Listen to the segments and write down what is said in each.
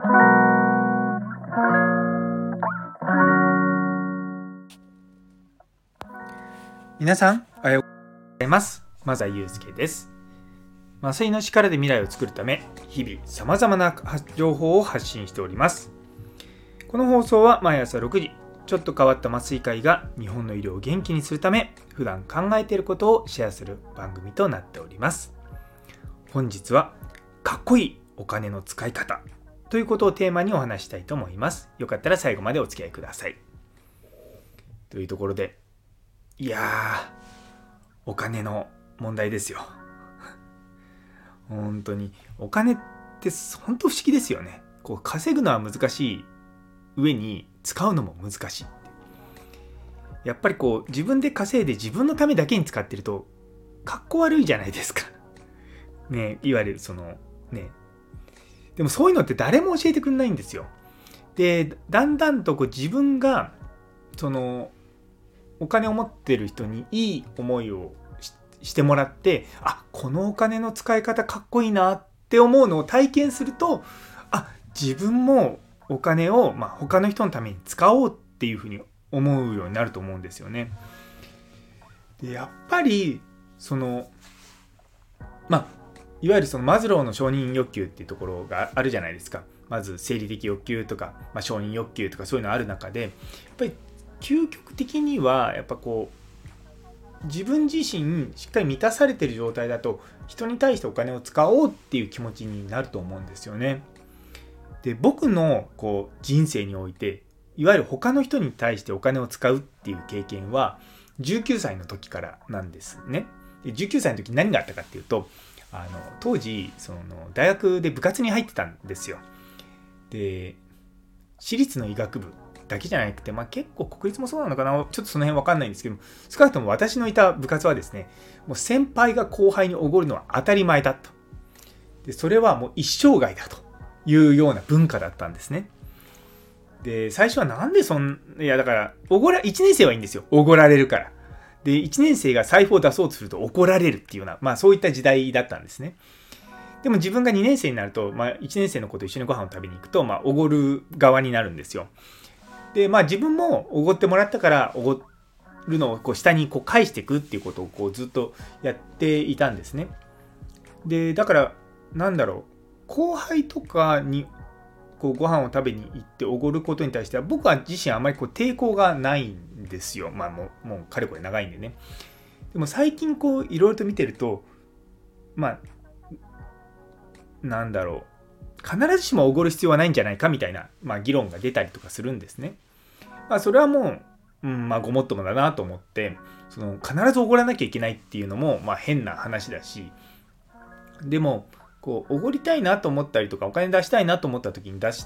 皆さんおはようございます。マザユウスケです。麻酔の力で未来を作るため、日々様々な情報を発信しております。この放送は毎朝6時、ちょっと変わった麻酔科医が日本の医療を元気にするため、普段考えていることをシェアする番組となっております。本日はかっこいいお金の使い方ということをテーマにお話したいと思います。よかったら最後までお付き合いください。というところで、いやー、お金の問題ですよ。本当にお金って本当不思議ですよね。こう稼ぐのは難しい上に使うのも難しい。やっぱりこう自分で稼いで自分のためだけに使ってるとかっこ悪いじゃないですか。ね、いわゆるそのね。でもそういうのって誰も教えてくれないんですよ。で、だんだんとこう自分がそのお金を持ってる人にいい思いをしてもらって、あ、このお金の使い方かっこいいなって思うのを体験すると、あ、自分もお金を、他の人のために使おうっていうふうに思うようになると思うんですよね。で、やっぱりそのいわゆるそのマズローの承認欲求っていうところがあるじゃないですか。まず生理的欲求とか、承認欲求とかそういうのある中で、やっぱり究極的にはやっぱこう自分自身しっかり満たされている状態だと人に対してお金を使おうっていう気持ちになると思うんですよね。で、僕のこう人生においていわゆる他の人に対してお金を使うっていう経験は19歳の時からなんですね。で、19歳の時何があったかっていうと、当時その大学で部活に入ってたんですよ。で、私立の医学部だけじゃなくて、結構国立もそうなのかな、ちょっとその辺わかんないんですけど、少なくとも私のいた部活はですね、もう先輩が後輩におごるのは当たり前だと。で、それはもう一生涯だというような文化だったんですね。で、最初はなんでいやだから、1年生はいいんですよ。おごられるから。で、1年生が財布を出そうとすると怒られるっていうような、そういった時代だったんですね。でも自分が2年生になると、1年生の子と一緒にご飯を食べに行くと、おごる側になるんですよ。で、自分もおごってもらったからおごるのをこう下にこう返していくっていうことをこうずっとやっていたんですね。で、だから後輩とかにこうご飯を食べに行っておごることに対しては僕は自身あまりこう抵抗がないんですよ。もうかれこれ長いんでね。でも最近こういろいろと見てると、必ずしもおごる必要はないんじゃないかみたいな、議論が出たりとかするんですね。それはもう、ごもっともだなと思って、必ずおごらなきゃいけないっていうのも、変な話だし、でも、こう、おごりたいなと思ったりとか、お金出したいなと思った時に出して、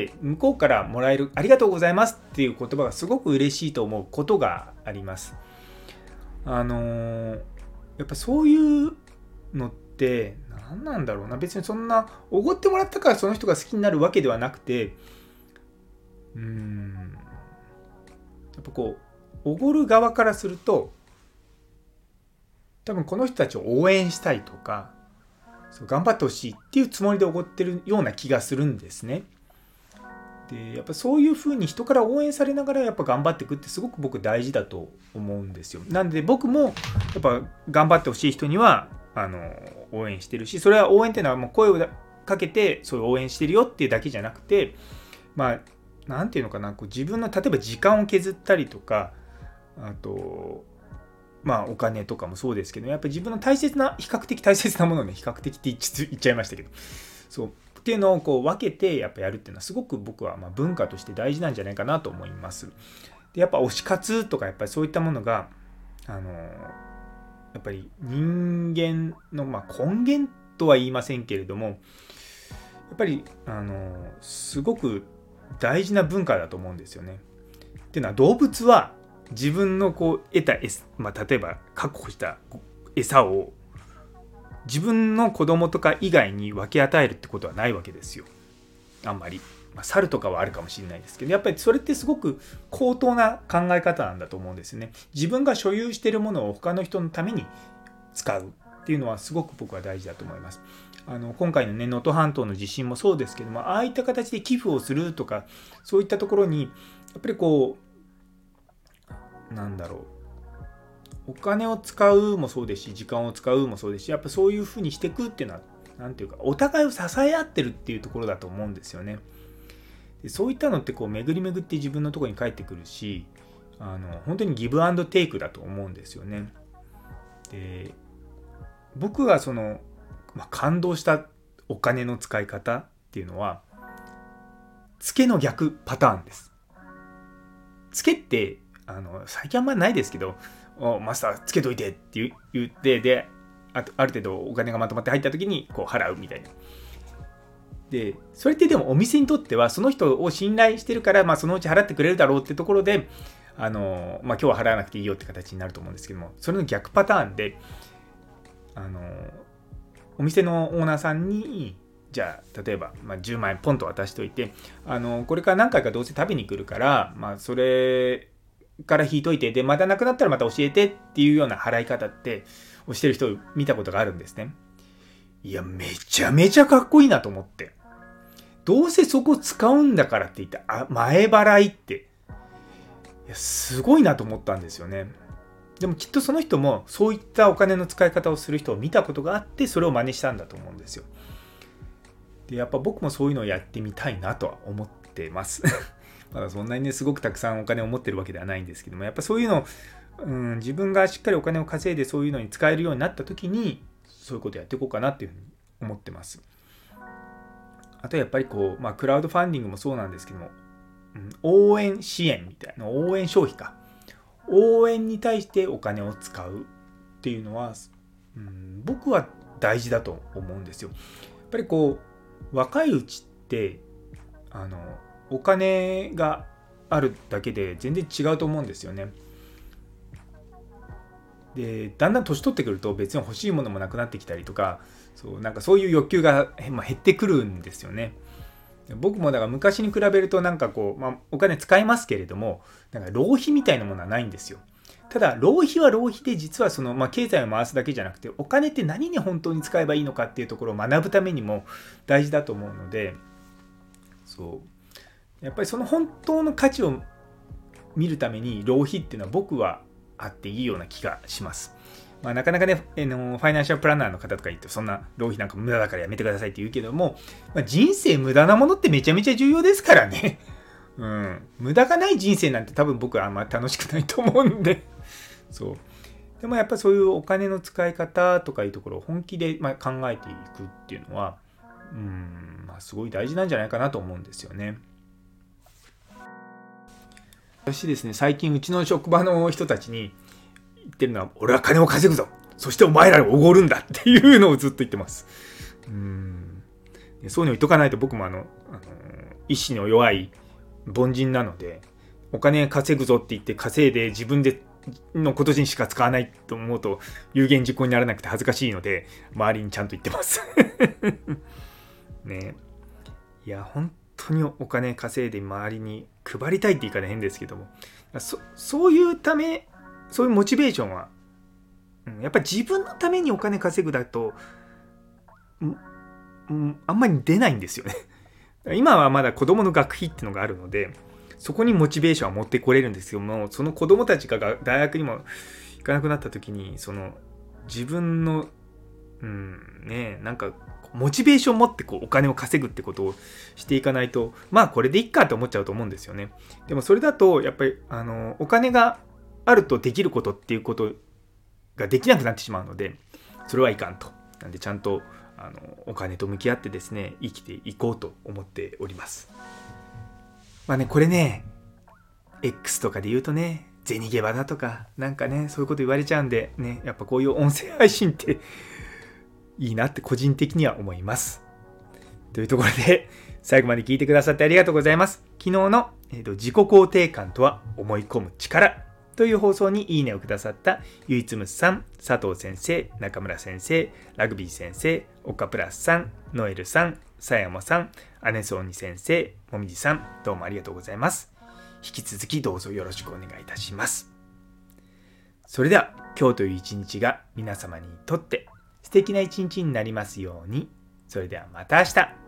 向こうからもらえる、ありがとうございますっていう言葉がすごく嬉しいと思うことがあります。やっぱそういうのって、何なんだろうな。別にそんな、おごってもらったからその人が好きになるわけではなくて、やっぱこうおごる側からすると多分この人たちを応援したいとか頑張ってほしいっていうつもりでおごってるような気がするんですね。で、やっぱそういう風に人から応援されながらやっぱ頑張っていくってすごく僕大事だと思うんですよ。なんで僕もやっぱ頑張ってほしい人には応援してるし、それは応援っていうのはもう声をかけてそういう応援してるよっていうだけじゃなくて、なんていうのかな、こう自分の例えば時間を削ったりとか、あとお金とかもそうですけど、やっぱり自分の比較的大切なものをね、比較的って言っちゃいましたけど、そうっていうのをこう分けてやっぱやるっていうのはすごく僕は文化として大事なんじゃないかなと思います。で、やっぱ推し活とかやっぱりそういったものがやっぱり人間の根源とは言いませんけれども、やっぱりすごく大事な文化だと思うんですよね。っていうのは動物は自分のこう得た例えば確保した餌を自分の子供とか以外に分け与えるってことはないわけですよ。あんまり。猿とかはあるかもしれないですけど、やっぱりそれってすごく高等な考え方なんだと思うんですね。自分が所有しているものを他の人のために使うっていうのはすごく僕は大事だと思います。 今回のね能登半島の地震もそうですけども、ああいった形で寄付をするとか、そういったところにやっぱりこうなんだろう、お金を使うもそうですし、時間を使うもそうですし、やっぱそういうふうにしていくっていうのはなんていうか、お互いを支え合ってるっていうところだと思うんですよね。でそういったのってこう巡り巡って自分のところに返ってくるし、本当にギブアンドテイクだと思うんですよね。で僕が感動したお金の使い方っていうのは、ツケの逆パターンです。ツケって最近あんまりないですけど、マスターつけといてって言って、である程度お金がまとまって入った時にこう払うみたいな。でそれってでもお店にとってはその人を信頼してるから、そのうち払ってくれるだろうってところで今日は払わなくていいよって形になると思うんですけども、それの逆パターンでお店のオーナーさんにじゃあ例えば、10万円ポンと渡しといて、これから何回かどうせ食べに来るから、それから引いといて、でまたなくなったらまた教えてっていうような払い方ってをしてる人を見たことがあるんですね。いやめちゃめちゃかっこいいなと思って、どうせそこ使うんだからって言った前払いって、いやすごいなと思ったんですよね。でもきっとその人もそういったお金の使い方をする人を見たことがあって、それを真似したんだと思うんですよ。でやっぱ僕もそういうのをやってみたいなとは思ってますまだそんなにねすごくたくさんお金を持ってるわけではないんですけども、やっぱそういうのを、自分がしっかりお金を稼いでそういうのに使えるようになった時に、そういうことをやっていこうかなっていうふうに思ってます。あとやっぱりこう、クラウドファンディングもそうなんですけども、応援支援みたいな、応援消費か、応援に対してお金を使うっていうのは、僕は大事だと思うんですよ。やっぱりこう若いうちってお金があるだけで全然違うと思うんですよね。でだんだん年取ってくると別に欲しいものもなくなってきたりとか、そういう欲求が減ってくるんですよね。僕もだから昔に比べるとお金使いますけれども、浪費みたいなものはないんですよ。ただ浪費は浪費で、実は経済を回すだけじゃなくて、お金って何に本当に使えばいいのかっていうところを学ぶためにも大事だと思うので、やっぱりその本当の価値を見るために浪費っていうのは僕はあっていいような気がします。なかなかね、ファイナンシャルプランナーの方とか言って、そんな浪費なんか無駄だからやめてくださいって言うけども、人生無駄なものってめちゃめちゃ重要ですからね。無駄がない人生なんて多分僕はあんま楽しくないと思うんで。でもやっぱそういうお金の使い方とかいうところを本気で考えていくっていうのは、すごい大事なんじゃないかなと思うんですよね。私ですね、最近うちの職場の人たちに言ってるのは、俺は金を稼ぐぞ、そしてお前らをおごるんだっていうのをずっと言ってます。そういうのを言っとかないと、僕も意志の弱い凡人なので、お金稼ぐぞって言って稼いで自分でのことにしか使わないと思うと有言実行にならなくて恥ずかしいので、周りにちゃんと言ってますね。いや本当にお金稼いで周りに配りたいって言い方変ですけども、そういうモチベーションは、やっぱり自分のためにお金稼ぐだとあんまり出ないんですよね。今はまだ子供の学費っていうのがあるので、そこにモチベーションは持ってこれるんですけども、その子供たちが大学にも行かなくなった時に、自分のモチベーションを持ってお金を稼ぐってことをしていかないと、これでいっかって思っちゃうと思うんですよね。でもそれだとやっぱりお金があるとできることっていうことができなくなってしまうので、それはいかんと。なんでちゃんとお金と向き合ってですね、生きていこうと思っております。これね X とかで言うとね、銭ゲバだとかそういうこと言われちゃうんでね、やっぱこういう音声配信っていいなって個人的には思います。というところで最後まで聞いてくださってありがとうございます。昨日の、自己肯定感とは思い込む力という放送にいいねをくださったゆいつむさん、佐藤先生、中村先生、ラグビー先生、岡プラスさん、ノエルさん、さやもさん、アネソーニ先生、もみじさん、どうもありがとうございます。引き続きどうぞよろしくお願いいたします。それでは今日という一日が皆様にとって素敵な一日になりますように。 それではまた明日。